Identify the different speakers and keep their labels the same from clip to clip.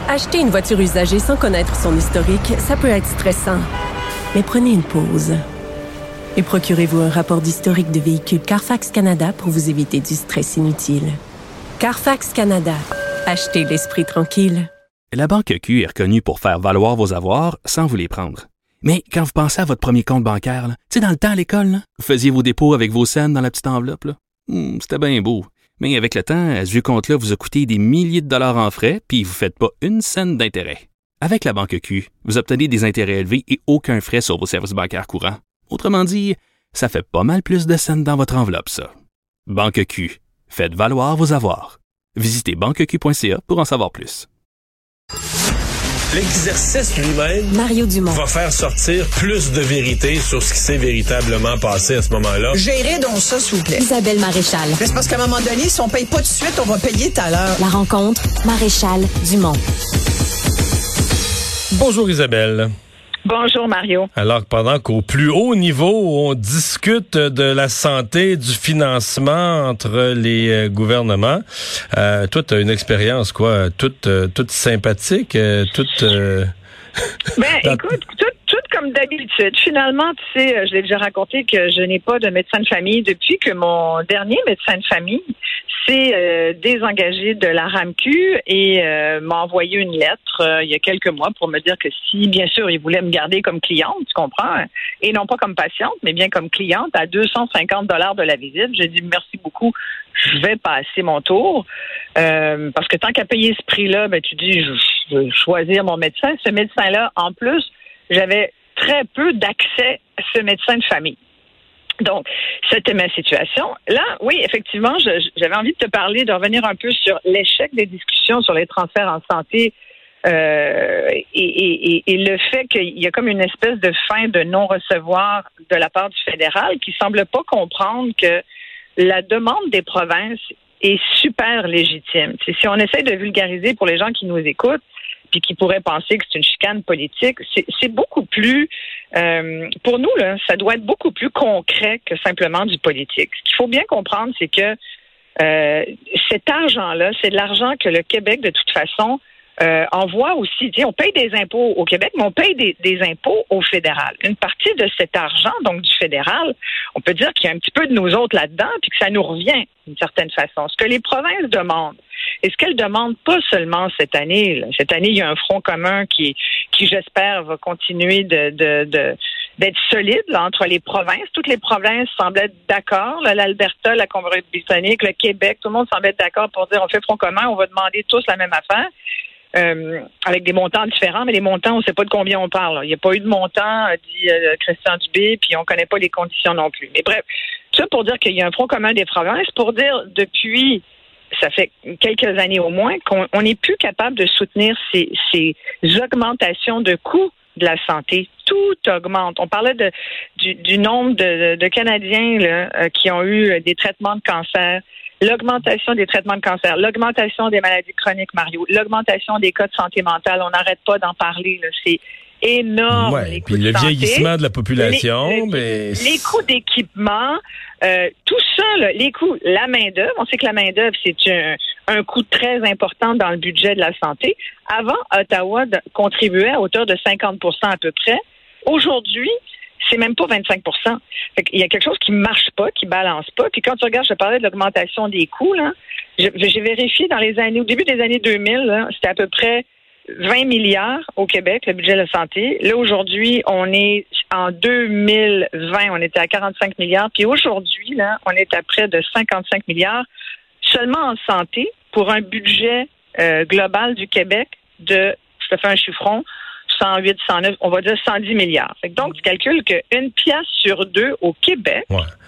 Speaker 1: Acheter une voiture usagée sans connaître son historique, ça peut être stressant. Mais prenez une pause. Et procurez-vous un rapport d'historique de véhicule Carfax Canada pour vous éviter du stress inutile. Carfax Canada. Achetez l'esprit tranquille.
Speaker 2: La Banque Q est reconnue pour faire valoir vos avoirs sans vous les prendre. Mais quand vous pensez à votre premier compte bancaire, tu sais, dans le temps à l'école, là, vous faisiez vos dépôts avec vos scènes dans la petite enveloppe. Là. C'était bien beau. Mais avec le temps, ce vieux compte-là vous a coûté des milliers de dollars en frais, puis vous ne faites pas une scène d'intérêt. Avec la Banque Q, vous obtenez des intérêts élevés et aucun frais sur vos services bancaires courants. Autrement dit, ça fait pas mal plus de scènes dans votre enveloppe, ça. Banque Q. Faites valoir vos avoirs. Visitez banqueq.ca pour en savoir plus.
Speaker 3: L'exercice lui-même
Speaker 1: Mario Dumont
Speaker 3: va faire sortir plus de vérité sur ce qui s'est véritablement passé à ce moment-là.
Speaker 4: Gérez donc ça, s'il vous plaît.
Speaker 5: Isabelle Maréchal.
Speaker 4: Mais c'est parce qu'à un moment donné, si on paye pas tout de suite, on va payer tout à l'heure.
Speaker 5: La rencontre, Maréchal Dumont.
Speaker 6: Bonjour Isabelle.
Speaker 7: Bonjour Mario.
Speaker 6: Alors que pendant qu'au plus haut niveau, on discute de la santé, du financement entre les gouvernements, toi, tu as une expérience toute sympathique, toute...
Speaker 7: Écoute, tout comme d'habitude. Finalement, tu sais, je l'ai déjà raconté que je n'ai pas de médecin de famille depuis que mon dernier médecin de famille s'est désengagé de la RAMQ et m'a envoyé une lettre il y a quelques mois pour me dire que si, bien sûr, il voulait me garder comme cliente, tu comprends, et non pas comme patiente, mais bien comme cliente à 250 $ de la visite, j'ai dit merci beaucoup, je vais passer mon tour parce que tant qu'à payer ce prix-là, tu dis je veux choisir mon médecin. Ce médecin-là, en plus, j'avais très peu d'accès à ce médecin de famille. Donc, c'était ma situation. Là, oui, effectivement, j'avais envie de te parler, de revenir un peu sur l'échec des discussions sur les transferts en santé et le fait qu'il y a comme une espèce de fin de non-recevoir de la part du fédéral qui semble pas comprendre que la demande des provinces est super légitime. Si on essaie de vulgariser pour les gens qui nous écoutent, puis qui pourraient penser que c'est une chicane politique, c'est beaucoup plus... pour nous, là, ça doit être beaucoup plus concret que simplement du politique. Ce qu'il faut bien comprendre, c'est que cet argent-là, c'est de l'argent que le Québec, de toute façon, envoie aussi. On paye des impôts au Québec, mais on paye des impôts au fédéral. Une partie de cet argent, donc du fédéral, on peut dire qu'il y a un petit peu de nous autres là-dedans, puis que ça nous revient d'une certaine façon. Ce que les provinces demandent, et ce qu'elles demandent pas seulement cette année. Là. Cette année, il y a un front commun qui j'espère, va continuer d'être solide là, entre les provinces. Toutes les provinces semblent être d'accord. Là, l'Alberta, la Colombie-Britannique, le Québec, tout le monde semble être d'accord pour dire on fait front commun, on va demander tous la même affaire. Avec des montants différents, mais les montants, on ne sait pas de combien on parle. Là. Il n'y a pas eu de montant, dit Christian Dubé, puis on ne connaît pas les conditions non plus. Mais bref, ça pour dire qu'il y a un front commun des provinces, pour dire depuis, ça fait quelques années au moins, qu'on n'est plus capable de soutenir ces augmentations de coûts de la santé. Tout augmente. On parlait du nombre de Canadiens là, qui ont eu des traitements de cancer. L'augmentation des traitements de cancer, l'augmentation des maladies chroniques, Mario, l'augmentation des cas de santé mentale, on n'arête pas d'en parler. Là. C'est énorme.
Speaker 6: Ouais, puis le vieillissement de la population.
Speaker 7: Les coûts d'équipement, tout ça, là, les coûts, la main-d'œuvre, on sait que la main-d'œuvre, c'est un coût très important dans le budget de la santé. Avant, Ottawa contribuait à hauteur de 50 % à peu près. Aujourd'hui, c'est même pas 25 %. Fait qu'il y a quelque chose qui marche pas, qui balance pas. Puis quand tu regardes, je parlais de l'augmentation des coûts, là. J'ai vérifié au début des années 2000, là, c'était à peu près 20 milliards au Québec, le budget de la santé. Là, aujourd'hui, on est en 2020, on était à 45 milliards. Puis aujourd'hui, là, on est à près de 55 milliards seulement en santé pour un budget global du Québec de, je te fais un chiffron, 108, 109, on va dire 110 milliards. Fait que donc, tu calcules qu'une pièce sur deux au Québec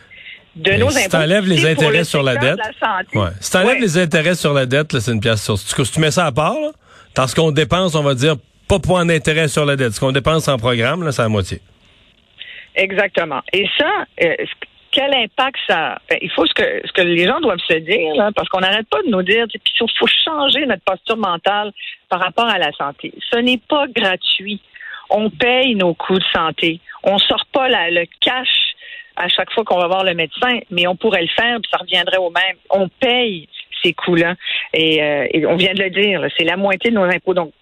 Speaker 7: de nos impôts...
Speaker 6: Si tu enlèves les intérêts sur la dette... Si tu enlèves les intérêts sur la dette, là, c'est une pièce sur... Si tu mets ça à part, là, dans ce qu'on dépense, on va dire, pas point d'intérêt sur la dette. Ce qu'on dépense en programme, là, c'est à moitié.
Speaker 7: Exactement. Et ça... quel impact ça a? Il faut ce que les gens doivent se dire, là, parce qu'on n'arrête pas de nous dire, puis il faut changer notre posture mentale par rapport à la santé. Ce n'est pas gratuit. On paye nos coûts de santé. On sort pas le cash à chaque fois qu'on va voir le médecin, mais on pourrait le faire, puis ça reviendrait au même. On paye ces coûts-là. Et on vient de le dire, là, c'est la moitié de nos impôts. Donc,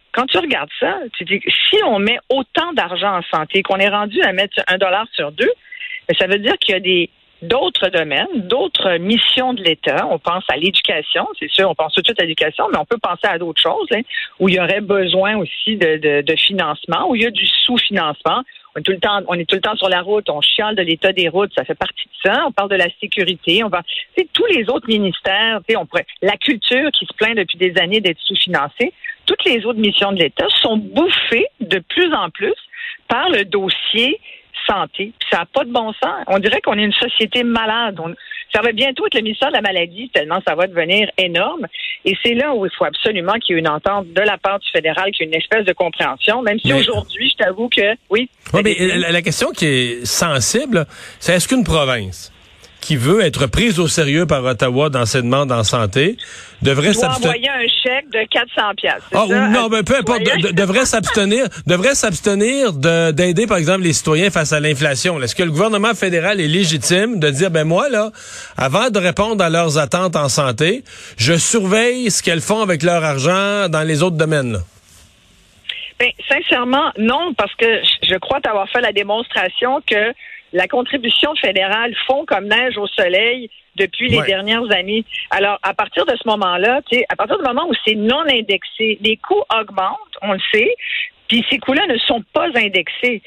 Speaker 7: quand tu regardes ça, tu dis, si on met autant d'argent en santé, qu'on est rendu à mettre $1 sur 2, ça veut dire qu'il y a d'autres domaines, d'autres missions de l'État. On pense à l'éducation, c'est sûr, on pense tout de suite à l'éducation, mais on peut penser à d'autres choses, hein, où il y aurait besoin aussi de financement, où il y a du sous-financement. On est tout le temps sur la route, on chiale de l'état des routes, ça fait partie de ça. On parle de la sécurité, tous les autres ministères, la culture qui se plaint depuis des années d'être sous-financée. Toutes les autres missions de l'État sont bouffées de plus en plus par le dossier santé. Puis ça n'a pas de bon sens. On dirait qu'on est une société malade. Ça va bientôt être le ministère de la maladie, tellement ça va devenir énorme. Et c'est là où il faut absolument qu'il y ait une entente de la part du fédéral, qu'il y ait une espèce de compréhension, même si aujourd'hui, je t'avoue que, oui.
Speaker 6: Oui, mais la question qui est sensible, c'est est-ce qu'une province qui veut être prise au sérieux par Ottawa dans ses demandes en santé devrait
Speaker 7: envoyer un chèque de 400 pièces.
Speaker 6: Non, mais peu importe, devrait s'abstenir d'aider par exemple les citoyens face à l'inflation. Est-ce que le gouvernement fédéral est légitime de dire moi là, avant de répondre à leurs attentes en santé, je surveille ce qu'elles font avec leur argent dans les autres domaines là?
Speaker 7: Ben, sincèrement, non, parce que je crois t'avoir fait la démonstration que la contribution fédérale fond comme neige au soleil depuis les dernières années. Alors, à partir de ce moment-là, à partir du moment où c'est non indexé, les coûts augmentent, on le sait, puis ces coûts-là ne sont pas indexés.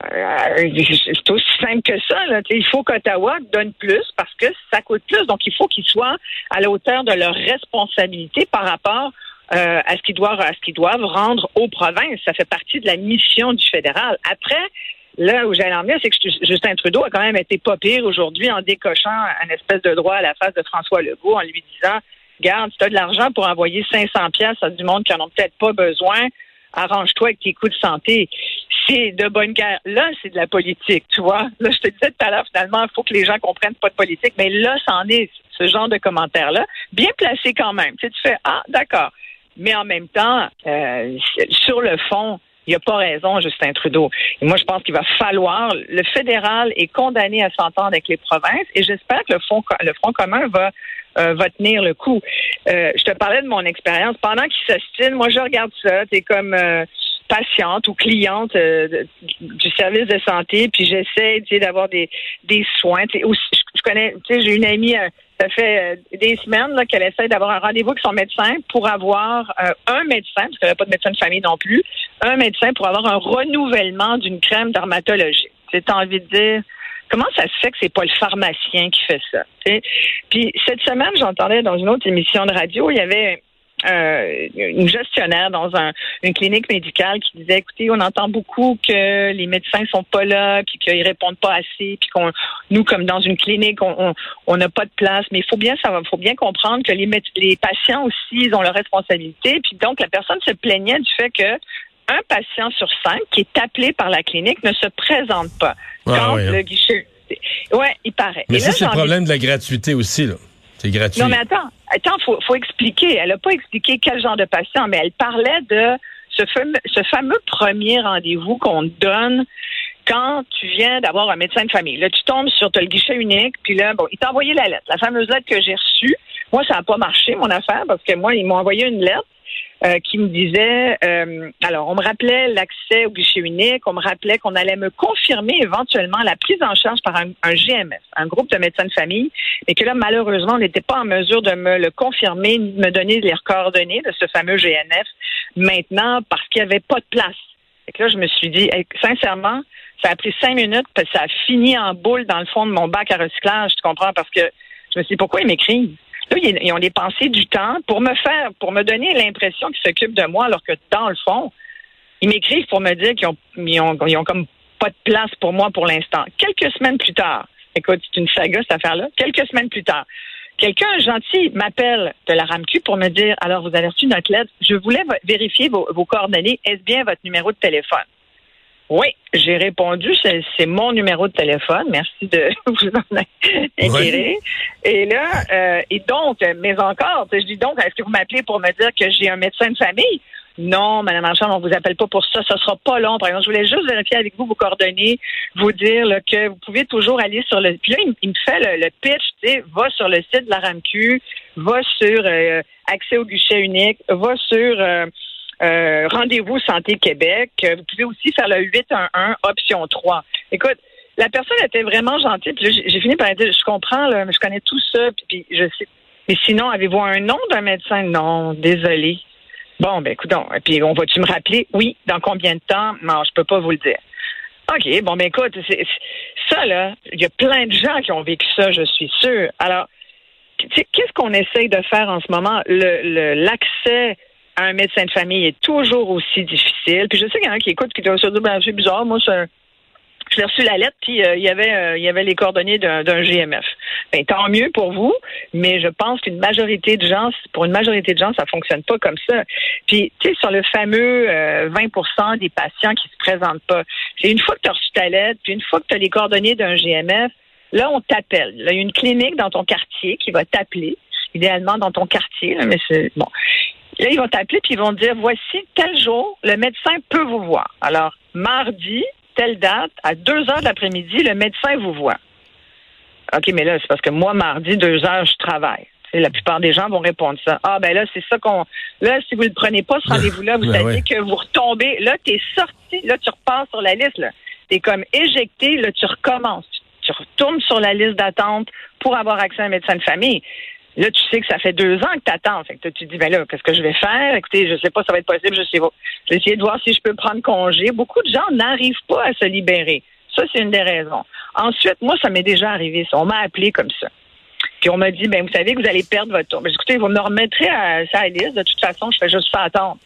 Speaker 7: C'est aussi simple que ça. Là. Il faut qu'Ottawa donne plus parce que ça coûte plus. Donc, il faut qu'ils soient à la hauteur de leurs responsabilités par rapport à ce qu'ils doivent rendre aux provinces. Ça fait partie de la mission du fédéral. Après, là où j'allais en venir, c'est que Justin Trudeau a quand même été pas pire aujourd'hui en décochant un espèce de droit à la face de François Legault en lui disant « Regarde, si tu as de l'argent pour envoyer 500 pièces à du monde qui en ont peut-être pas besoin, arrange-toi avec tes coûts de santé. » C'est de bonne guerre. Là, c'est de la politique, tu vois. Là, je te disais tout à l'heure, finalement, il faut que les gens comprennent pas de politique, mais là, c'en est ce genre de commentaires-là. Bien placé quand même. Tu fais « Ah, d'accord. » Mais en même temps, sur le fond, il n'y a pas raison, Justin Trudeau. Et moi, je pense qu'il va falloir... Le fédéral est condamné à s'entendre avec les provinces et j'espère que le Front commun va tenir le coup. Je te parlais de mon expérience. Pendant qu'ils s'ostinent, moi, je regarde ça. T'es comme patiente ou cliente du service de santé, puis j'essaie d'avoir des soins. Je connais... J'ai une amie... ça fait des semaines là, qu'elle essaie d'avoir un rendez-vous avec son médecin pour avoir un médecin, parce qu'elle n'a pas de médecin de famille non plus, un médecin pour avoir un renouvellement d'une crème dermatologique. Tu as envie de dire, comment ça se fait que c'est pas le pharmacien qui fait ça? T'sais? Puis cette semaine, j'entendais dans une autre émission de radio, il y avait une gestionnaire dans une clinique médicale qui disait, écoutez, on entend beaucoup que les médecins sont pas là, puis qu'ils répondent pas assez, puis nous, comme dans une clinique, on n'a pas de place. Mais il faut bien comprendre que les patients aussi, ils ont leurs responsabilités. Puis donc, la personne se plaignait du fait que un patient sur 5 qui est appelé par la clinique ne se présente pas quand le guichet... Ouais, il paraît.
Speaker 6: Mais ça, c'est le problème de la gratuité aussi, là. C'est gratuit.
Speaker 7: Non, mais attends, faut expliquer. Elle n'a pas expliqué quel genre de patient, mais elle parlait de ce fameux premier rendez-vous qu'on donne quand tu viens d'avoir un médecin de famille. Là, tu tombes sur le guichet unique, puis là, il t'a envoyé la lettre, la fameuse lettre que j'ai reçue. Moi, ça n'a pas marché, mon affaire, parce que moi, ils m'ont envoyé une lettre qui me disait, alors, on me rappelait l'accès au guichet unique, on me rappelait qu'on allait me confirmer éventuellement la prise en charge par un GMF, un groupe de médecins de famille, mais que là, malheureusement, on n'était pas en mesure de me le confirmer ni de me donner les coordonnées de ce fameux GNF maintenant parce qu'il n'y avait pas de place. Et que là, je me suis dit, sincèrement, ça a pris 5 minutes, puis ça a fini en boule dans le fond de mon bac à recyclage, tu comprends? Parce que je me suis dit, pourquoi ils m'écrivent? Là, ils ont dépensé du temps pour me donner l'impression qu'ils s'occupent de moi, alors que dans le fond, ils m'écrivent pour me dire qu'ils ont comme pas de place pour moi pour l'instant. Quelques semaines plus tard, écoute, c'est une saga cette affaire-là, quelques semaines plus tard, quelqu'un gentil m'appelle de la RAMQ pour me dire, alors vous avez reçu notre lettre, je voulais vérifier vos coordonnées, est-ce bien votre numéro de téléphone? Oui, j'ai répondu, c'est mon numéro de téléphone. Merci de vous en inquiéter. Et là, mais encore, je dis donc, est-ce que vous m'appelez pour me dire que j'ai un médecin de famille? Non, Mme Marchand, on vous appelle pas pour ça. Ça sera pas long. Par exemple, je voulais juste vérifier avec vous vos coordonnées, vous dire là, que vous pouvez toujours aller sur le... Puis là, il me fait le pitch, tu sais, va sur le site de la RAMQ, va sur accès au guichet unique, va sur... Rendez-vous Santé Québec. Vous pouvez aussi faire le 811 option 3. Écoute, la personne était vraiment gentille. Puis là, j'ai fini par dire, je comprends, là, mais je connais tout ça. Puis je sais. Mais sinon, avez-vous un nom d'un médecin? Non, désolé. Bon, ben écoute, puis on va-tu me rappeler? Oui, dans combien de temps? Non, je peux pas vous le dire. OK, bon, ben écoute, ça, là, il y a plein de gens qui ont vécu ça, je suis sûre. Alors, qu'est-ce qu'on essaye de faire en ce moment? L'accès à un médecin de famille est toujours aussi difficile. Puis je sais qu'il y en a qui écoutent, qui doivent se dire, ben c'est bizarre, moi, j'ai reçu la lettre, puis il y avait les coordonnées d'un GMF. Ben, tant mieux pour vous, mais je pense pour une majorité de gens, ça fonctionne pas comme ça. Puis, tu sais, sur le fameux 20% des patients qui se présentent pas, c'est une fois que tu as reçu ta lettre, puis une fois que tu as les coordonnées d'un GMF, là, on t'appelle. Là, il y a une clinique dans ton quartier qui va t'appeler, idéalement dans ton quartier, là, mais c'est bon. Là, ils vont t'appeler, puis ils vont te dire, voici, tel jour, le médecin peut vous voir. Alors, mardi, telle date, à 2h de l'après-midi, le médecin vous voit. OK, mais là, c'est parce que moi, mardi, 2h, je travaille. T'sais, la plupart des gens vont répondre ça. Ah, ben là, c'est ça qu'on... Là, si vous ne le prenez pas, ce rendez-vous-là, vous savez que vous retombez. Là, t'es sorti. Là, tu repars sur la liste. Là. T'es comme éjecté. Là, tu recommences. Tu retournes sur la liste d'attente pour avoir accès à un médecin de famille. Là, tu sais que ça fait 2 ans que tu attends. Fait que tu te dis, ben là, qu'est-ce que je vais faire? Écoutez, je sais pas si ça va être possible, je sais pas. Je vais essayer de voir si je peux prendre congé. Beaucoup de gens n'arrivent pas à se libérer. Ça, c'est une des raisons. Ensuite, moi, ça m'est déjà arrivé, ça. On m'a appelé comme ça. Puis on m'a dit, ben vous savez que vous allez perdre votre tour. Ben, écoutez, vous me remettrez à la liste. De toute façon, je fais juste ça attendre.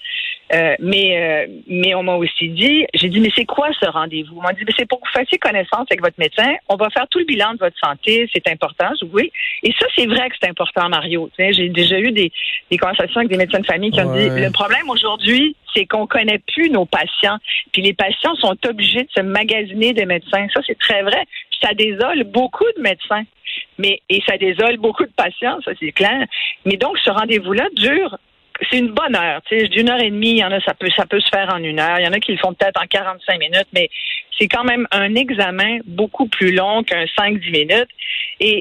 Speaker 7: Mais on m'a aussi dit, j'ai dit, mais c'est quoi ce rendez-vous? On m'a dit, mais c'est pour que vous fassiez connaissance avec votre médecin. On va faire tout le bilan de votre santé. C'est important, oui. Et ça, c'est vrai que c'est important, Mario. Tu sais, j'ai déjà eu des conversations avec des médecins de famille qui ont dit, le problème aujourd'hui, c'est qu'on connaît plus nos patients. Puis les patients sont obligés de se magasiner des médecins. Ça, c'est très vrai. Puis ça désole beaucoup de médecins. Et ça désole beaucoup de patients, ça, c'est clair. Mais donc, ce rendez-vous-là dure. C'est une bonne heure, tu sais, d'une heure et demie, il y en a, ça peut se faire en 1 heure, il y en a qui le font peut-être en 45 minutes, mais c'est quand même un examen beaucoup plus long qu'un 5-10 minutes. Et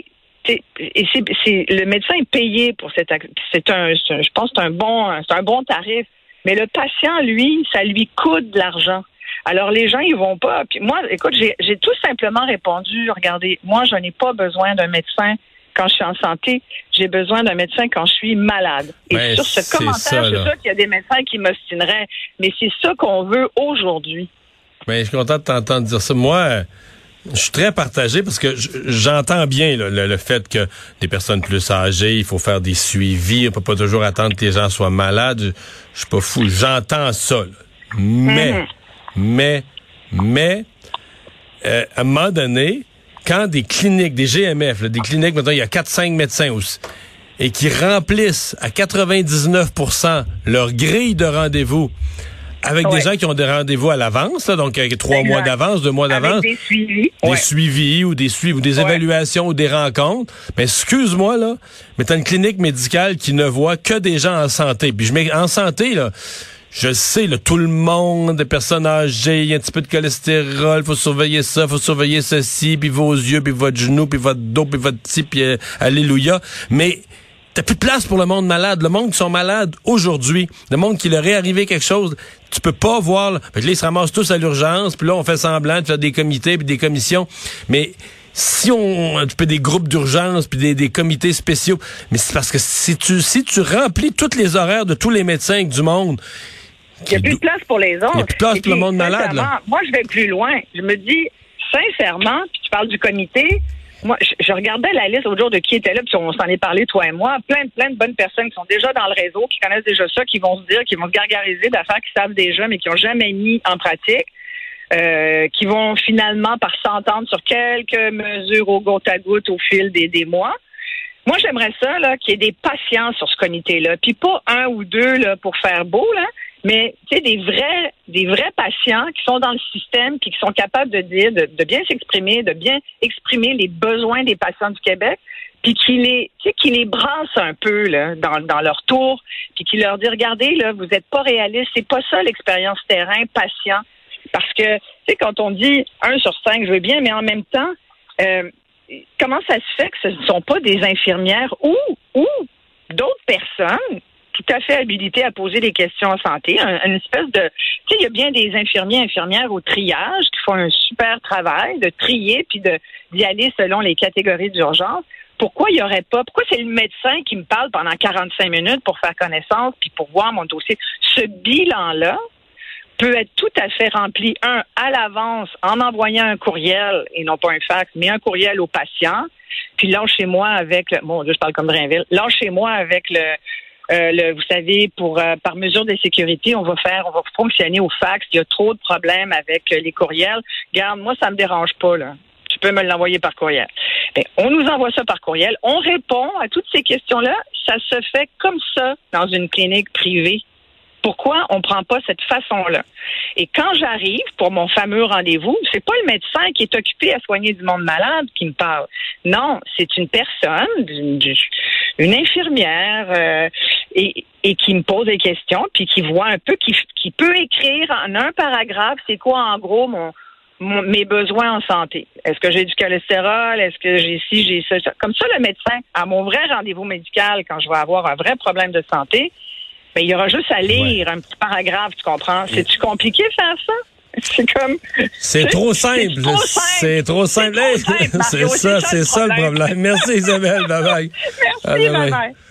Speaker 7: le médecin est payé pour je pense que c'est un bon tarif, mais le patient, lui, ça lui coûte de l'argent. Alors, les gens, ils vont pas. Puis moi, écoute, j'ai tout simplement répondu, regardez, moi, je n'ai pas besoin d'un médecin quand je suis en santé, j'ai besoin d'un médecin quand je suis malade. Et sur ce commentaire, je suis sûr qu'il y a des médecins qui m'obstineraient, mais c'est ça qu'on veut aujourd'hui.
Speaker 6: Ben, je suis content de t'entendre dire ça. Moi, je suis très partagé parce que j'entends bien là, le fait que des personnes plus âgées, il faut faire des suivis, on peut pas toujours attendre que les gens soient malades. Je suis pas fou, j'entends ça. Là. Mais, à un moment donné, quand des cliniques, des GMF, là, des cliniques, maintenant il y a 4-5 médecins aussi, et qui remplissent à 99% leur grille de rendez-vous avec des gens qui ont des rendez-vous à l'avance, là, donc avec 3 mois d'avance, 2 mois d'avance.
Speaker 7: Avec des suivis.
Speaker 6: Des suivis ou des évaluations ou des rencontres. Mais excuse-moi, là, mais t'as une clinique médicale qui ne voit que des gens en santé. Puis en santé, là, je sais, là, tout le monde, des personnes âgées, il y a un petit peu de cholestérol, faut surveiller ça, faut surveiller ceci, puis vos yeux, puis votre genou, puis votre dos, puis votre petit, puis alléluia. Mais t'as plus de place pour le monde malade. Le monde qui sont malades aujourd'hui, le monde qui leur est arrivé quelque chose, tu peux pas voir. Là, fait que là, ils se ramassent tous à l'urgence, puis là, on fait semblant de faire des comités puis des commissions. Mais si tu fais des groupes d'urgence puis des comités spéciaux, mais c'est parce que si tu remplis tous les horaires de tous les médecins du monde,
Speaker 7: il n'y a plus de place pour les autres.
Speaker 6: Il n'y a plus de place pour le monde malade. Là.
Speaker 7: Moi, je vais plus loin. Je me dis, sincèrement, puis tu parles du comité, moi, je regardais la liste l'autre jour de qui était là, puis on s'en est parlé, toi et moi, plein de bonnes personnes qui sont déjà dans le réseau, qui connaissent déjà ça, qui vont se dire, qui vont se gargariser d'affaires qu'ils savent déjà, mais qui n'ont jamais mis en pratique, qui vont finalement par s'entendre sur quelques mesures au goutte à goutte au fil des mois. Moi, j'aimerais ça, là, qu'il y ait des patients sur ce comité-là, puis pas 1 ou 2 là, pour faire beau, là, mais tu sais, des vrais patients qui sont dans le système puis qui sont capables de dire, de bien s'exprimer, de bien exprimer les besoins des patients du Québec, puis qui les brassent un peu là dans leur tour, puis qui leur dit, regardez là, vous êtes pas réaliste, c'est pas ça l'expérience terrain patient, parce que tu sais, quand on dit 1 sur 5, je veux bien, mais en même temps, comment ça se fait que ce ne sont pas des infirmières ou d'autres personnes tout à fait habilité à poser des questions en santé. Une espèce de... Tu sais, il y a bien des infirmières au triage qui font un super travail de trier puis d'y aller selon les catégories d'urgence. Pourquoi c'est le médecin qui me parle pendant 45 minutes pour faire connaissance puis pour voir mon dossier? Ce bilan-là peut être tout à fait rempli, à l'avance, en envoyant un courriel, et non pas un fax, mais un courriel au patient, puis lâchez-moi avec je parle comme Drainville, lâchez-moi avec vous savez, par mesure de sécurité, on va fonctionner au fax, il y a trop de problèmes avec les courriels. Regarde, moi, ça me dérange pas, là. Tu peux me l'envoyer par courriel. Bien, on nous envoie ça par courriel, on répond à toutes ces questions-là, ça se fait comme ça dans une clinique privée. Pourquoi on prend pas cette façon-là? Et quand j'arrive pour mon fameux rendez-vous, c'est pas le médecin qui est occupé à soigner du monde malade qui me parle. Non, c'est une personne, une infirmière, et qui me pose des questions, puis qui voit un peu, qui peut écrire en un paragraphe, c'est quoi en gros mes besoins en santé. Est-ce que j'ai du cholestérol? Est-ce que j'ai ci, j'ai ça? Comme ça, le médecin, à mon vrai rendez-vous médical, quand je vais avoir un vrai problème de santé, ben, il y aura juste à lire un petit paragraphe, tu comprends? C'est-tu compliqué de faire ça?
Speaker 6: C'est trop simple. C'est trop simple. C'est ça le problème. Merci Isabelle. Bye bye.
Speaker 7: Merci, bye bye.